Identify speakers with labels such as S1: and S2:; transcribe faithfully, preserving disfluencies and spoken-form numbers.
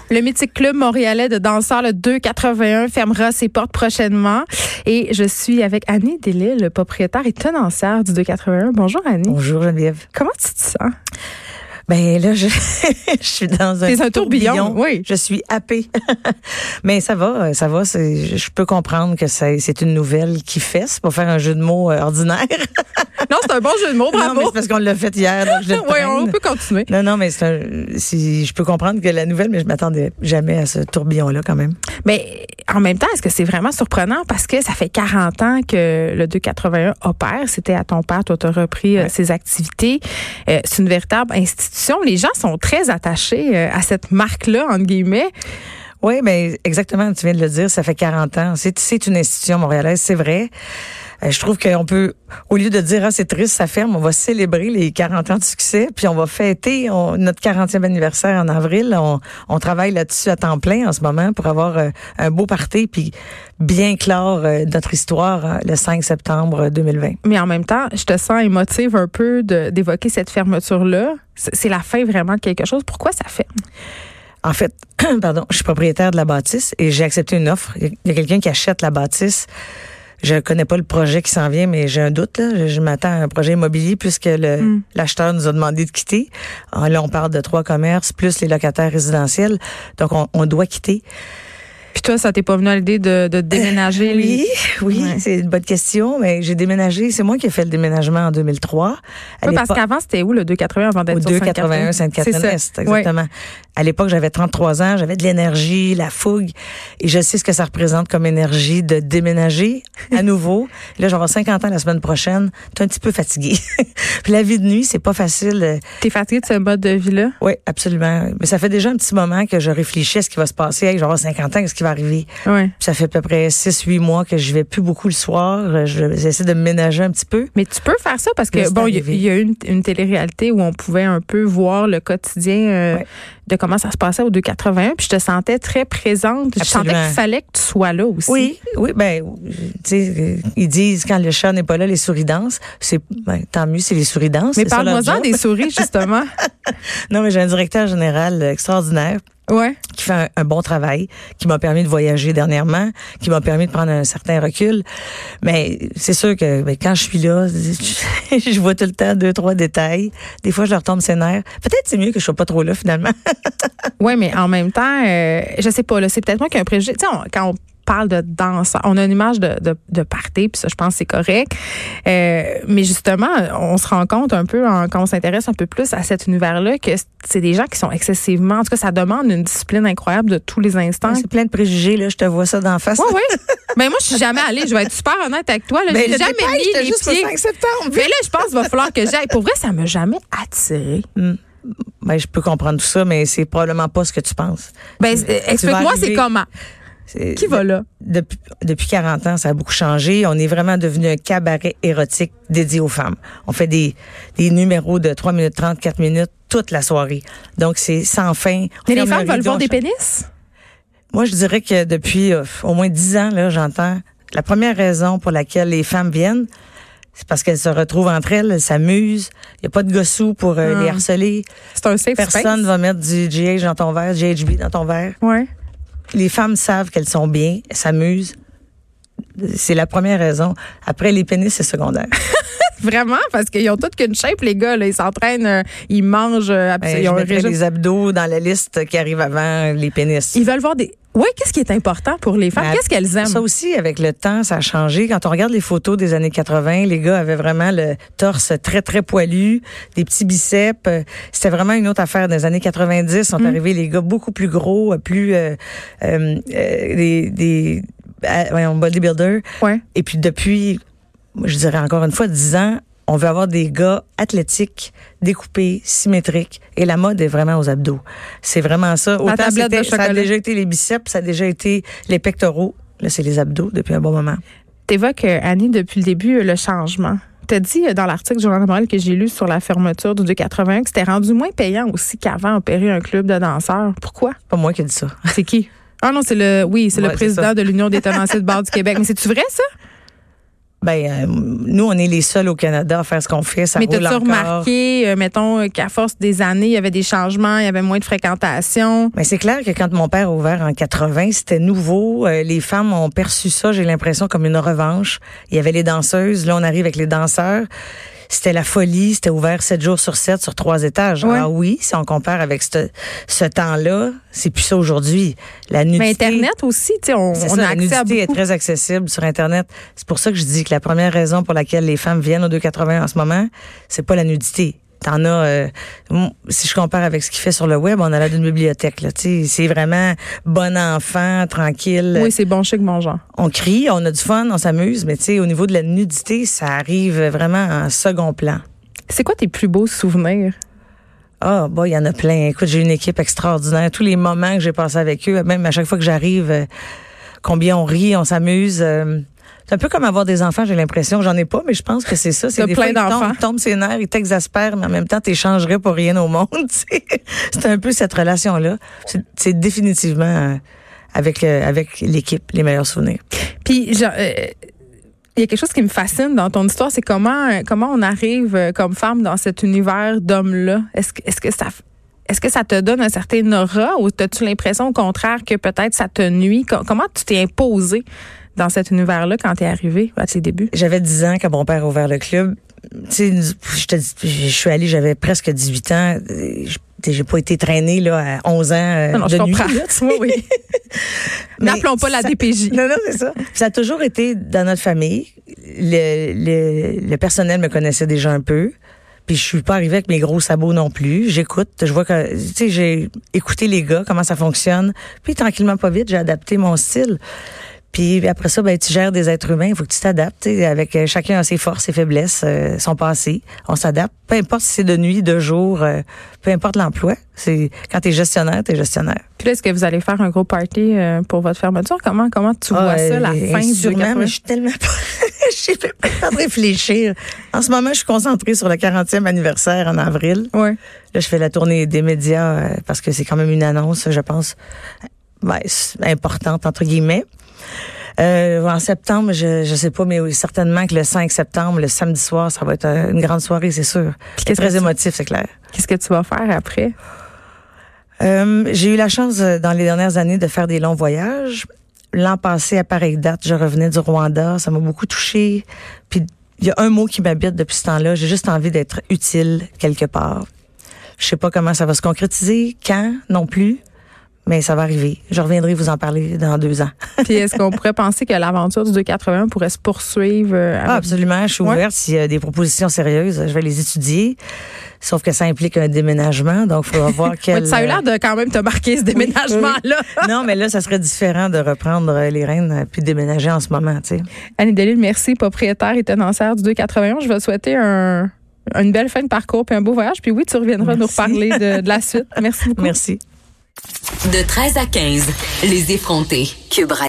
S1: Le mythique club montréalais de danseurs, le deux quatre-vingt-un, fermera ses portes prochainement. Et je suis avec Annie Delisle, propriétaire et tenancière du deux quatre-vingt-un. Bonjour Annie.
S2: Bonjour Geneviève.
S1: Comment tu te sens?
S2: Ben là, je, je suis dans un,
S1: T'es un tourbillon. tourbillon. Oui.
S2: Je suis happée. Mais ça va, ça va. C'est, je peux comprendre que c'est, c'est une nouvelle qui fesse pour faire un jeu de mots euh, ordinaire.
S1: Non, c'est un bon jeu de mots, bravo.
S2: Non, mais c'est parce qu'on l'a fait hier. Donc je
S1: oui, on peut continuer.
S2: Non, non, mais c'est un, c'est, je peux comprendre que la nouvelle, mais je m'attendais jamais à ce tourbillon-là quand même.
S1: Mais en même temps, est-ce que c'est vraiment surprenant? Parce que ça fait quarante ans que le deux quatre-vingt-un opère. C'était à ton père, toi, tu as repris ouais. euh, ses activités. Euh, c'est une véritable institution. Les gens sont très attachés euh, à cette marque-là, entre guillemets.
S2: Oui, bien, exactement, tu viens de le dire, ça fait quarante ans. C'est, c'est une institution montréalaise, c'est vrai. Euh, je trouve qu'on peut, au lieu de dire, ah, c'est triste, ça ferme, on va célébrer les quarante ans de succès, puis on va fêter on, notre quarantième anniversaire en avril. On, on travaille là-dessus à temps plein en ce moment pour avoir euh, un beau party, puis bien clore euh, notre histoire euh, le cinq septembre deux mille vingt.
S1: Mais en même temps, je te sens émotive un peu de, d'évoquer cette fermeture-là. C'est, c'est la fin vraiment de quelque chose. Pourquoi ça ferme?
S2: En fait, pardon, je suis propriétaire de la bâtisse et j'ai accepté une offre. Il y a quelqu'un qui achète la bâtisse. Je connais pas le projet qui s'en vient, mais j'ai un doute. Là. Je, je m'attends à un projet immobilier puisque le, mm. l'acheteur nous a demandé de quitter. Alors, là, on parle de trois commerces plus les locataires résidentiels. Donc, on, on doit quitter.
S1: Puis toi, ça t'est pas venu à l'idée de, de déménager?
S2: Euh, oui, oui,
S1: ouais.
S2: C'est une bonne question. Mais j'ai déménagé. C'est moi qui ai fait le déménagement en deux mille trois.
S1: Oui, parce qu'avant, c'était où le deux quatre-vingt-un avant d'être
S2: au
S1: sur
S2: deux quatre-vingt-un Sainte-Catherine-Est, exactement. Ouais. À l'époque, j'avais trente-trois ans, j'avais de l'énergie, la fougue, et je sais ce que ça représente comme énergie de déménager à nouveau. Là, je vais avoir cinquante ans la semaine prochaine. T'es un petit peu fatiguée. Puis la vie de nuit, c'est pas facile.
S1: T'es fatiguée de ce mode de vie-là?
S2: Oui, absolument. Mais ça fait déjà un petit moment que je réfléchis à ce qui va se passer. Hey, je vais avoir cinquante ans, qu'est-ce qui va arriver?
S1: Ouais.
S2: Ça fait à peu près six huit mois que je vais plus beaucoup le soir. Je, j'essaie de me ménager un petit peu.
S1: Mais tu peux faire ça parce que, bon, il y, y a eu une, une télé-réalité où on pouvait un peu voir le quotidien euh, ouais. de comment ça se passait au deux quatre-vingt-un, puis je te sentais très présente. Absolument. Je sentais qu'il fallait que tu sois là aussi.
S2: Oui, oui, ben, tu sais, ils disent quand le chat n'est pas là, les souris dansent. C'est, ben, tant mieux si les souris dansent.
S1: Mais parle-moi-en des souris, justement.
S2: Non, mais j'ai un directeur général extraordinaire.
S1: Ouais.
S2: Qui fait un, un bon travail, qui m'a permis de voyager dernièrement, qui m'a permis de prendre un certain recul. Mais c'est sûr que ben, quand je suis là, je, je vois tout le temps deux, trois détails. Des fois, je leur tombe ses nerfs. Peut-être c'est mieux que je sois pas trop là, finalement.
S1: Oui, mais en même temps, euh, je sais pas, là, c'est peut-être moi qui ai un préjugé. Tu sais, on, quand on parle de danse, on a une image de, de, de party, puis ça, je pense que c'est correct. Euh, mais justement, on se rend compte un peu, en, quand on s'intéresse un peu plus à cet univers-là, que c'est des gens qui sont excessivement... En tout cas, ça demande une discipline incroyable de tous les instants.
S2: Ouais, c'est plein de préjugés, là. Je te vois ça d'en face.
S1: Oui, oui. Mais moi, je suis jamais allée. Je vais être super honnête avec toi. Là.
S2: Mais
S1: j'ai jamais
S2: dépêche,
S1: mis les
S2: juste
S1: pieds.
S2: le cinq septembre.
S1: Mais là, je pense qu'il va falloir que j'aille. Pour vrai, ça m'a jamais attiré.
S2: Mm. Ben, je peux comprendre tout ça, mais c'est probablement pas ce que tu penses.
S1: Ben, tu, explique-moi, c'est comment?
S2: C'est,
S1: Qui va là?
S2: Depuis, depuis quarante ans, ça a beaucoup changé. On est vraiment devenu un cabaret érotique dédié aux femmes. On fait des, des numéros de trois minutes trente, quatre minutes toute la soirée. Donc, c'est sans fin.
S1: Mais les femmes veulent voir des pénis?
S2: Moi, je dirais que depuis euh, au moins dix ans, là, j'entends la première raison pour laquelle les femmes viennent, c'est parce qu'elles se retrouvent entre elles, elles s'amusent. Il n'y a pas de gossous pour euh, hum. les harceler.
S1: C'est un safe space.
S2: Personne ne va mettre du G H dans ton verre, G H B dans ton verre.
S1: Ouais.
S2: Les femmes savent qu'elles sont bien, elles s'amusent. C'est la première raison. Après, les pénis, c'est secondaire.
S1: Vraiment? Parce qu'ils ont toutes qu'une shape, les gars. Là. Ils s'entraînent, euh, ils mangent. Euh,
S2: ben, ils ont les abdos dans la liste qui arrive avant les pénis.
S1: Ils veulent voir des... Oui, qu'est-ce qui est important pour les femmes? Ben, qu'est-ce qu'elles aiment?
S2: Ça aussi, avec le temps, ça a changé. Quand on regarde les photos des années quatre-vingt, les gars avaient vraiment le torse très, très poilu, des petits biceps. C'était vraiment une autre affaire. Dans les années quatre-vingt-dix, sont mmh. arrivés les gars beaucoup plus gros, plus... Euh, euh, des... des euh, bodybuilder.
S1: Ouais.
S2: Et puis depuis, je dirais encore une fois, dix ans, on veut avoir des gars athlétiques, découpés, symétriques. Et la mode est vraiment aux abdos. C'est vraiment ça.
S1: Autant c'était,
S2: ça a déjà été les biceps, ça a déjà été les pectoraux. Là, c'est les abdos depuis un bon moment.
S1: T'évoques, Annie, depuis le début, le changement. T'as dit dans l'article du Journal de Montréal que j'ai lu sur la fermeture du deux quatre-vingt-un que c'était rendu moins payant aussi qu'avant opérer un club de danseurs. Pourquoi?
S2: C'est pas moi qui ai dit ça.
S1: C'est qui? Ah non, c'est le oui, c'est
S2: ouais,
S1: le président
S2: c'est
S1: de l'Union des tenanciers de bar du Québec. Mais c'est-tu vrai, ça?
S2: Ben, euh, nous, on est les seuls au Canada à faire ce qu'on fait. Ça
S1: Mais
S2: roule
S1: t'as-tu
S2: encore.
S1: remarqué, euh, mettons, euh, qu'à force des années, il y avait des changements, il y avait moins de fréquentation?
S2: Mais c'est clair que quand mon père a ouvert en quatre-vingts, c'était nouveau. Euh, les femmes ont perçu ça, j'ai l'impression, comme une revanche. Il y avait les danseuses. Là, on arrive avec les danseurs. C'était la folie. C'était ouvert sept jours sur sept sur trois étages.
S1: Ouais.
S2: Alors oui, si on compare avec ce, ce temps-là, c'est plus ça aujourd'hui. La nudité.
S1: Mais Internet aussi, tu sais, on,
S2: C'est
S1: on
S2: ça,
S1: a
S2: la
S1: accès à
S2: nudité est
S1: beaucoup.
S2: très accessible sur Internet. C'est pour ça que je dis que la première raison pour laquelle les femmes viennent au deux quatre-vingts en ce moment, c'est pas la nudité. T'en as, euh, si je compare avec ce qu'il fait sur le web, on a là d'une bibliothèque. Là, tu sais, c'est vraiment bon enfant, tranquille.
S1: Oui, c'est bon chic, bon genre.
S2: On crie, on a du fun, on s'amuse, mais tu sais, au niveau de la nudité, ça arrive vraiment en second plan.
S1: C'est quoi tes plus beaux souvenirs?
S2: Ah, bah, il y en a plein. Écoute, j'ai une équipe extraordinaire. Tous les moments que j'ai passés avec eux, même à chaque fois que j'arrive, euh, combien on rit, on s'amuse. Euh, c'est un peu comme avoir des enfants, j'ai l'impression. J'en ai pas, mais je pense que c'est ça. C'est
S1: T'as
S2: des
S1: plein
S2: fois, ils
S1: d'enfants.
S2: tombent, tombent ses nerfs, ils t'exaspèrent, mais en même temps, t'échangerais pour rien au monde. Tu sais. C'est un peu cette relation-là. C'est, c'est définitivement euh, avec, euh, avec l'équipe, les meilleurs souvenirs.
S1: Puis, genre, euh, il y a quelque chose qui me fascine dans ton histoire, c'est comment euh, comment on arrive euh, comme femme dans cet univers d'hommes-là. Est-ce que est-ce que ça est-ce que ça te donne un certain aura ou as-tu l'impression au contraire que peut-être ça te nuit? Com- comment tu t'es imposée dans cet univers-là quand tu es arrivée à tes débuts?
S2: J'avais dix ans quand mon père a ouvert le club. Tu sais, je te dis, je suis allée, j'avais presque dix-huit ans. Je, j'ai pas été traînée là à onze ans euh,
S1: non, non,
S2: de
S1: je
S2: nuit.
S1: comprends.
S2: Là,
S1: oui, oui.
S2: Mais
S1: N'appelons pas la
S2: ça,
S1: D P J.
S2: Non, non, c'est ça. Ça a toujours été dans notre famille. Le, le, le personnel me connaissait déjà un peu. Puis je suis pas arrivée avec mes gros sabots non plus. J'écoute, je vois que, tu sais, j'ai écouté les gars, comment ça fonctionne. Puis tranquillement, pas vite, j'ai adapté mon style. Puis après ça, ben tu gères des êtres humains, il faut que tu t'adaptes. Avec euh, chacun a ses forces, ses faiblesses, euh, son passé. On s'adapte. Peu importe si c'est de nuit, de jour, euh, peu importe l'emploi. C'est quand t'es gestionnaire, t'es gestionnaire.
S1: Puis là, est-ce que vous allez faire un gros party euh, pour votre fermeture? Comment comment tu vois
S2: ah,
S1: ça, la
S2: euh,
S1: fin du
S2: sûrement,
S1: quatre-vingts?
S2: mais je suis tellement pas... Je suis pas en train de réfléchir. En ce moment, je suis concentrée sur le quarantième anniversaire en avril.
S1: Ouais.
S2: Là, je fais la tournée des médias euh, parce que c'est quand même une annonce, je pense, ben, importante, entre guillemets. Euh, en septembre, je je sais pas, mais oui, certainement que le cinq septembre, le samedi soir, ça va être une grande soirée, c'est sûr. C'est très
S1: tu...
S2: émotif, c'est clair.
S1: Qu'est-ce que tu vas faire après?
S2: Euh, j'ai eu la chance dans les dernières années de faire des longs voyages. L'an passé, à pareille date, je revenais du Rwanda. Ça m'a beaucoup touchée. Puis, il y a un mot qui m'habite depuis ce temps-là. J'ai juste envie d'être utile quelque part. Je sais pas comment ça va se concrétiser, quand non plus, mais ça va arriver. Je reviendrai vous en parler dans deux ans.
S1: Puis, est-ce qu'on pourrait penser que l'aventure du deux quatre-vingts pourrait se poursuivre? Avec...
S2: Ah, absolument. Je suis
S1: ouais.
S2: ouverte. S'il y a des propositions sérieuses, je vais les étudier. Sauf que ça implique un déménagement, donc il faudra voir quel...
S1: Ouais, ça a eu l'air de quand même te marquer, ce déménagement-là.
S2: Oui. Non, mais là, ça serait différent de reprendre les rênes puis de déménager en ce moment, tu sais.
S1: Annie Delisle, merci, propriétaire et tenancière du deux quatre-vingt-un. Je vais te souhaiter un, une belle fin de parcours puis un beau voyage. Puis oui, tu reviendras merci. nous reparler de, de la suite. Merci beaucoup.
S2: Merci.
S3: De treize à quinze, les effrontés. Cube Radio.